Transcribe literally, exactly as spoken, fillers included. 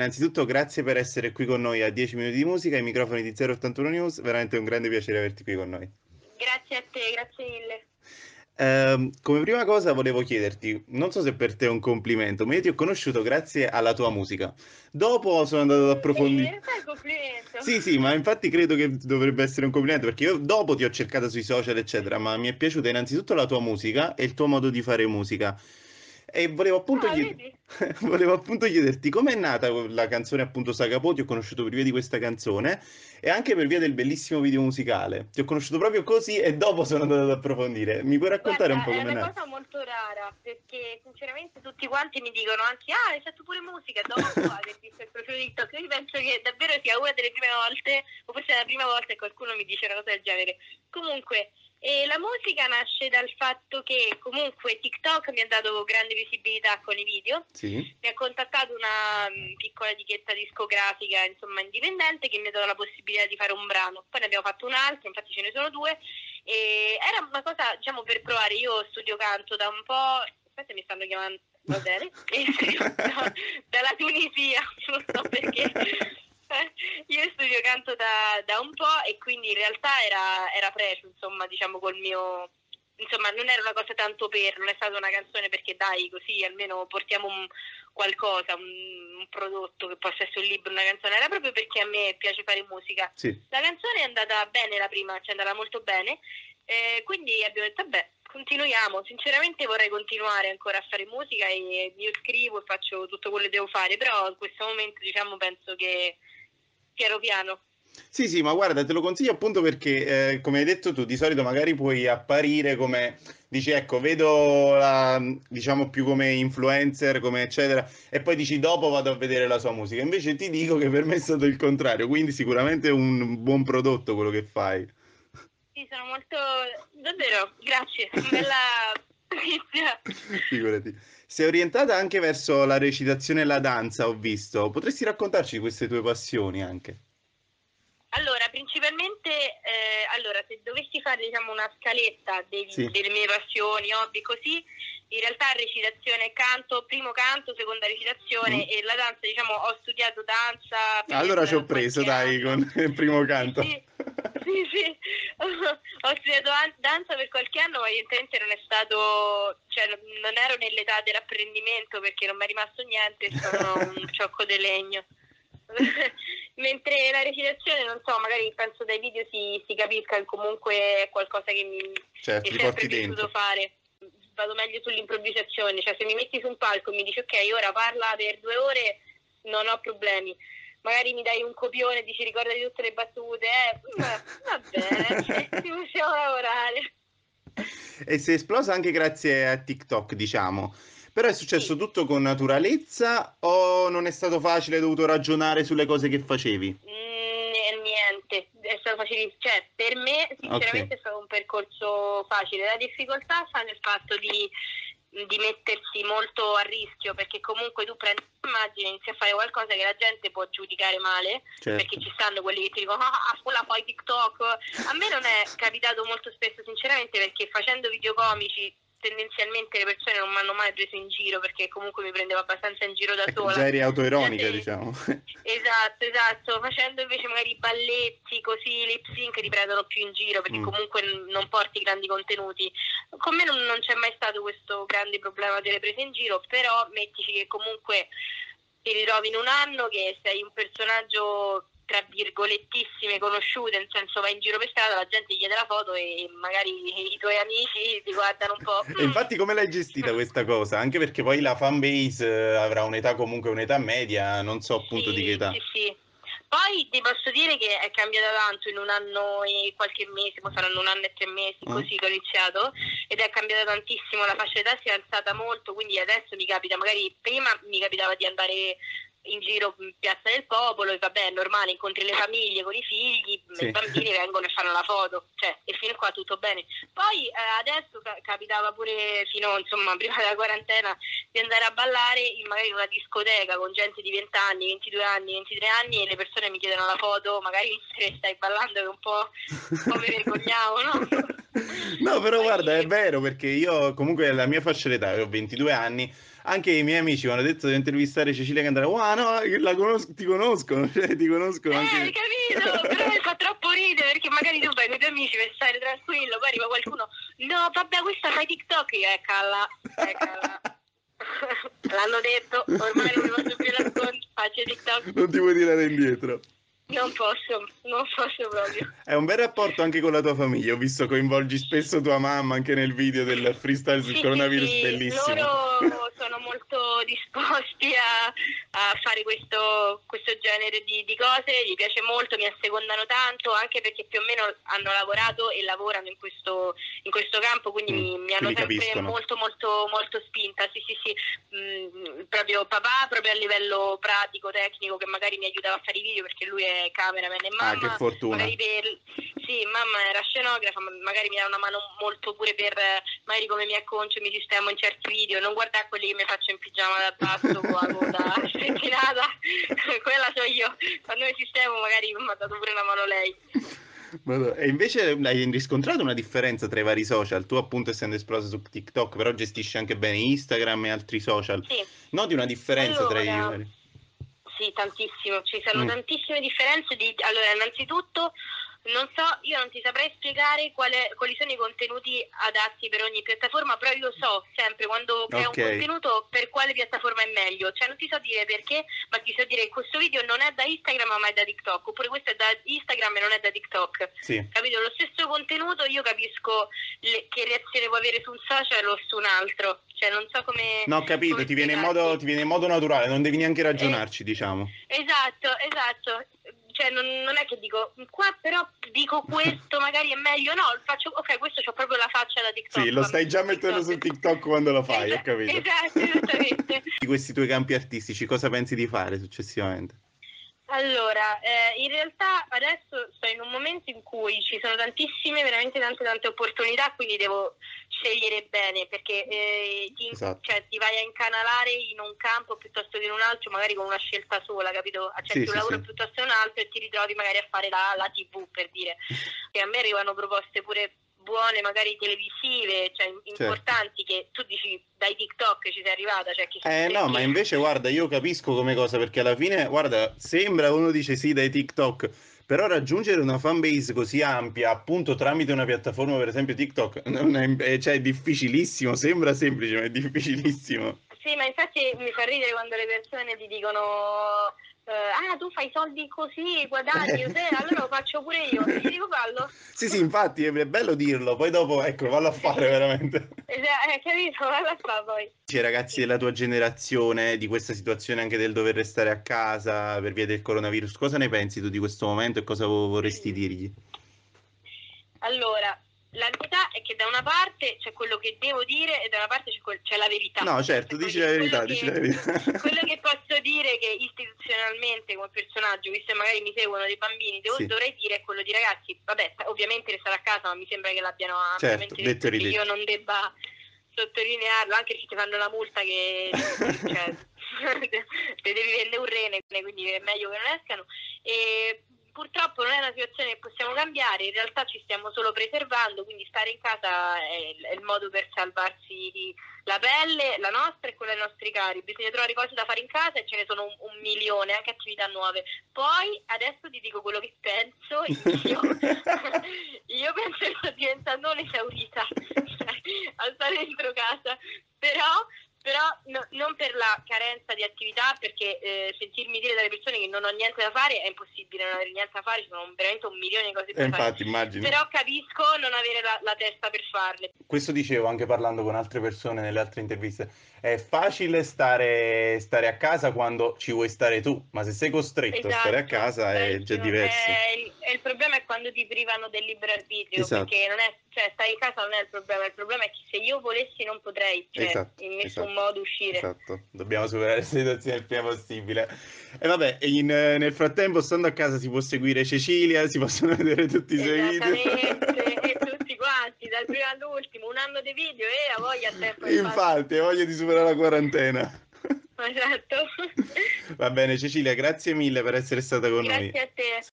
innanzitutto grazie per essere qui con noi a dieci minuti di musica, ai microfoni di zero ottantuno News, veramente un grande piacere averti qui con noi. Grazie a te, grazie mille. Eh, come prima cosa volevo chiederti, non so se per te è un complimento, ma io ti ho conosciuto grazie alla tua musica. Dopo sono andato ad Sì, in approfondire. realtà è un complimento. Sì, sì, ma infatti credo che dovrebbe essere un complimento perché io dopo ti ho cercata sui social, eccetera, ma mi è piaciuta innanzitutto la tua musica e il tuo modo di fare musica. E volevo appunto, Ah, chied- vedi? volevo appunto chiederti com'è nata la canzone appunto Sagapo, ti ho conosciuto per via di questa canzone e anche per via del bellissimo video musicale. Ti ho conosciuto proprio così e dopo sono andato ad approfondire. Mi puoi raccontare un Guarda, po' è com'è una nata? cosa molto rara perché sinceramente tutti quanti mi dicono anzi, ah, hai fatto pure musica dopo aver visto il profilo di TikTok. Io penso che davvero sia una delle prime volte, o forse è la prima volta che qualcuno mi dice una cosa del genere. Comunque, eh, la musica nasce dal fatto che comunque TikTok mi ha dato grande visibilità con i video. Sì. Mi ha contattato una mh, piccola etichetta discografica, insomma, indipendente, che mi ha dato la possibilità di fare un brano. Poi ne abbiamo fatto un altro, infatti ce ne sono due. E era una cosa, diciamo, per provare. Io studio canto da un po'. Aspetta, mi stanno chiamando. Va bene. No, dalla Tunisia, non so perché. Io studio canto da, da un po' e quindi in realtà era, era preso, insomma, diciamo, col mio. Insomma, non era una cosa tanto per, non è stata una canzone perché dai, così almeno portiamo un, qualcosa, un, un prodotto che possa essere un libro, una canzone, era proprio perché a me piace fare musica. Sì. La canzone è andata bene la prima, cioè è andata molto bene, eh, quindi abbiamo detto vabbè, continuiamo, sinceramente vorrei continuare ancora a fare musica e io scrivo e faccio tutto quello che devo fare, però in questo momento diciamo penso che piano piano. Sì, sì, ma guarda, te lo consiglio appunto perché, eh, come hai detto tu, di solito magari puoi apparire come, dici, ecco, vedo la, diciamo più come influencer, come eccetera, e poi dici, dopo vado a vedere la sua musica. Invece ti dico che per me è stato il contrario, quindi sicuramente è un buon prodotto quello che fai. Sì, sono molto... davvero, grazie, bella notizia. Figurati. Sei orientata anche verso la recitazione e la danza, ho visto. Potresti raccontarci queste tue passioni anche? Allora, principalmente, eh, allora, se dovessi fare diciamo, una scaletta dei- Sì. delle mie passioni, hobby, così, in realtà recitazione e canto, primo canto, seconda recitazione Mm. e la danza, diciamo, ho studiato danza Allora ci ho per preso, qualche dai, anno. con il primo Sì, canto. sì, sì, sì. Ho studiato an- danza per qualche anno, ma evidentemente non è stato, cioè non non ero nell'età dell'apprendimento perché non mi è rimasto niente, sono un ciocco di legno. Mentre la recitazione, non so, magari penso dai video si, si capisca che comunque è qualcosa che mi, Certo, mi li è sempre porti piaciuto dentro. fare. Vado meglio sull'improvvisazione, cioè se mi metti su un palco e mi dici ok, ora parla per due ore, non ho problemi. Magari mi dai un copione e dici ricordati tutte le battute, eh, va, va bene, ci possiamo lavorare. E sei esplosa anche grazie a TikTok, diciamo. Però è successo Sì. tutto con naturalezza o non è stato facile, hai dovuto ragionare sulle cose che facevi? Mm, niente, è stato facile, cioè per me Ok, sinceramente è stato un percorso facile. La difficoltà sta nel fatto di, di mettersi molto a rischio perché comunque tu prendi un'immagine, inizi a fare qualcosa che la gente può giudicare male perché certo. ci stanno quelli che ti dicono ah, quella fai TikTok. A me non è capitato molto spesso sinceramente perché facendo video comici tendenzialmente le persone non mi hanno mai preso in giro perché comunque mi prendevo abbastanza in giro da Ecco, sola. già eri La autoironica, gente... diciamo. Esatto, esatto, facendo invece magari balletti così, lip sync ti prendono più in giro perché Mm. comunque n- non porti grandi contenuti. Con me non, non c'è mai stato questo grande problema delle prese in giro, però mettici che comunque ti ritrovi in un anno che sei un personaggio tra virgolettissime conosciute, nel senso vai in giro per strada, la gente ti chiede la foto e magari i tuoi amici ti guardano un po'. E infatti come l'hai gestita Mm. questa cosa? Anche perché poi la fanbase eh, avrà un'età comunque un'età media, non so appunto di che Sì, età. sì, sì. Poi ti posso dire che è cambiata tanto in un anno e qualche mese, poi saranno un anno e tre mesi Mm? così che ho iniziato ed è cambiata tantissimo, la fascia d'età si è alzata molto, quindi adesso mi capita, magari prima mi capitava di andare in giro in Piazza del Popolo e vabbè è normale, incontri le famiglie con i figli, i Sì. bambini vengono e fanno la foto, cioè e fino a qua tutto bene. Poi eh, adesso ca- capitava pure fino insomma prima della quarantena di andare a ballare in magari in una discoteca con gente di venti anni, ventidue anni, ventitré anni e le persone mi chiedono la foto, magari mentre stai ballando che un po', un po' mi vergognavo, no? No, però guarda, è Poi, vero perché io comunque alla mia fascia d'età, ho ventidue anni, anche i miei amici mi hanno detto di intervistare Cecilia Candela. Wow, no, la conosco, ti conoscono, cioè ti conoscono eh, hai anche. capito? Però mi fa troppo ridere perché magari tu vai con i tuoi amici per stare tranquillo, poi arriva qualcuno, no, vabbè, questa fai TikTok, io, eh, calla, eh, calla. L'hanno detto, ormai non mi posso più nascondere, faccio TikTok. Non ti puoi tirare indietro. Non posso, non posso proprio. È un bel rapporto anche con la tua famiglia. Ho visto coinvolgi spesso tua mamma anche nel video del freestyle sul Sì, sì, coronavirus, sì, bellissimo. loro sono molto disposti a, a fare questo, questo genere di, di cose, gli piace molto, mi assecondano tanto, anche perché più o meno hanno lavorato e lavorano in questo, in questo campo, quindi Mm, mi, mi hanno quindi sempre capiscono. molto, molto, molto spinta. Sì, sì, sì, mm, proprio papà, proprio a livello pratico, tecnico, che magari mi aiutava a fare i video perché lui è cameraman e Ah, che mamma, fortuna. magari per... Sì, mamma era scenografa, ma magari mi dà una mano molto pure per magari come mi acconcio, mi sistemo in certi video, non guardare quelli che mi faccio in pigiama da basso con la coda spettinata, quella so io, quando mi sistemo magari mi ha dato pure una mano lei. Madonna. E invece hai riscontrato una differenza tra i vari social? Tu appunto essendo esplosa su TikTok, però gestisci anche bene Instagram e altri social. Sì, Noti una differenza tra i allora, vari? sì, tantissimo, ci sono Mm, tantissime differenze. Di... Allora, innanzitutto, non so, io non ti saprei spiegare quale, quali sono i contenuti adatti per ogni piattaforma, però io so sempre quando creo un ok, contenuto per quale piattaforma è meglio. Cioè, non ti so dire perché, ma ti so dire che questo video non è da Instagram ma è da TikTok, oppure questo è da Instagram e non è da TikTok. sì. Capito? Lo stesso contenuto io capisco le, che reazione può avere su un social o su un altro. Cioè, non so come, No, ho capito, come ti viene in modo, spiegarti. ti viene in modo naturale, non devi neanche Eh, ragionarci, diciamo. esatto, esatto. Cioè, non, non è che dico qua, però dico questo magari è meglio. No, faccio ok, questo c'ho proprio la faccia da Sì, TikTok, lo fammi stai già su mettendo su TikTok. TikTok quando lo fai, ho Esa- capito. esatto, esattamente. Di questi tuoi campi artistici, cosa pensi di fare successivamente? Allora, eh, in realtà adesso sto in un momento in cui ci sono tantissime, veramente tante tante opportunità, quindi devo scegliere bene perché eh, ti, Esatto. cioè, ti vai a incanalare in un campo piuttosto che in un altro, magari con una scelta sola, capito? Sì, Accetti un sì, lavoro sì. piuttosto che un altro e ti ritrovi magari a fare la, la T V, per dire. E a me arrivano proposte pure buone, magari televisive, cioè Certo. importanti, che tu dici dai TikTok ci sei arrivata, cioè che, Eh no, ma perché? invece guarda, io capisco come cosa, perché alla fine, guarda, sembra uno dice sì dai TikTok, però raggiungere una fanbase così ampia, appunto tramite una piattaforma, per esempio TikTok, non è, è- cioè, è difficilissimo, sembra semplice, ma è difficilissimo. Sì, ma infatti mi fa ridere quando le persone ti dicono eh, ah, tu fai soldi così, guadagni, Eh. te, allora lo faccio pure io. E gli dico fallo. Sì, sì, infatti è bello dirlo, poi dopo, ecco, vallo a fare veramente. Eh, eh, capito? Valla a fa poi. Dici ai ragazzi della tua generazione, di questa situazione anche del dover restare a casa per via del coronavirus, cosa ne pensi tu di questo momento e cosa vo- vorresti dirgli? Allora, la verità è che da una parte c'è quello che devo dire e da una parte c'è, quel- c'è la verità. No, certo, Ecco, dici la quello verità, dici la che, verità. quello che posso dire è che istituzionalmente come personaggio, visto che magari mi seguono dei bambini, devo- Sì, dovrei dire è quello di ragazzi, vabbè, ovviamente restare a casa, ma mi sembra che l'abbiano certo, ampiamente detto detto e e che io ridetto. non debba sottolinearlo, anche perché ti fanno la multa che cioè, te devi vendere un rene, quindi è meglio che non escano. E purtroppo non è una situazione che possiamo cambiare, in realtà ci stiamo solo preservando, quindi stare in casa è, è il modo per salvarsi la pelle, la nostra e quella dei nostri cari. Bisogna trovare cose da fare in casa e ce ne sono un, un milione, anche attività nuove. Poi adesso ti dico quello che penso, io, io penso che sto diventando un'esaurita a stare dentro casa, però però no, non per la carenza di attività, perché eh, sentirmi dire dalle persone che non ho niente da fare è impossibile, non avere niente da fare, ci sono veramente un milione di cose E da fare, infatti, immagino. però capisco non avere la, la testa per farle. Questo dicevo anche parlando con altre persone nelle altre interviste. È facile stare, stare a casa quando ci vuoi stare tu, ma se sei costretto a stare a Esatto, casa è già bravissimo. diverso. Eh, il, e il problema è quando ti privano del libero arbitrio, Esatto, perché non è, cioè, stare in casa non è il problema, il problema è che se io volessi non potrei, cioè, esatto, in nessun esatto, modo uscire. esatto. Dobbiamo superare la situazione il prima possibile. E vabbè, in- nel frattempo, stando a casa, si può seguire Cecilia, si possono vedere tutti i suoi video. Esattamente, e tutti quanti, dal primo all'ultimo, un anno di video e a voglia il tempo è passa. Infatti, ho voglia di superare la quarantena. Esatto. Va bene, Cecilia, grazie mille per essere stata con noi. Grazie a te.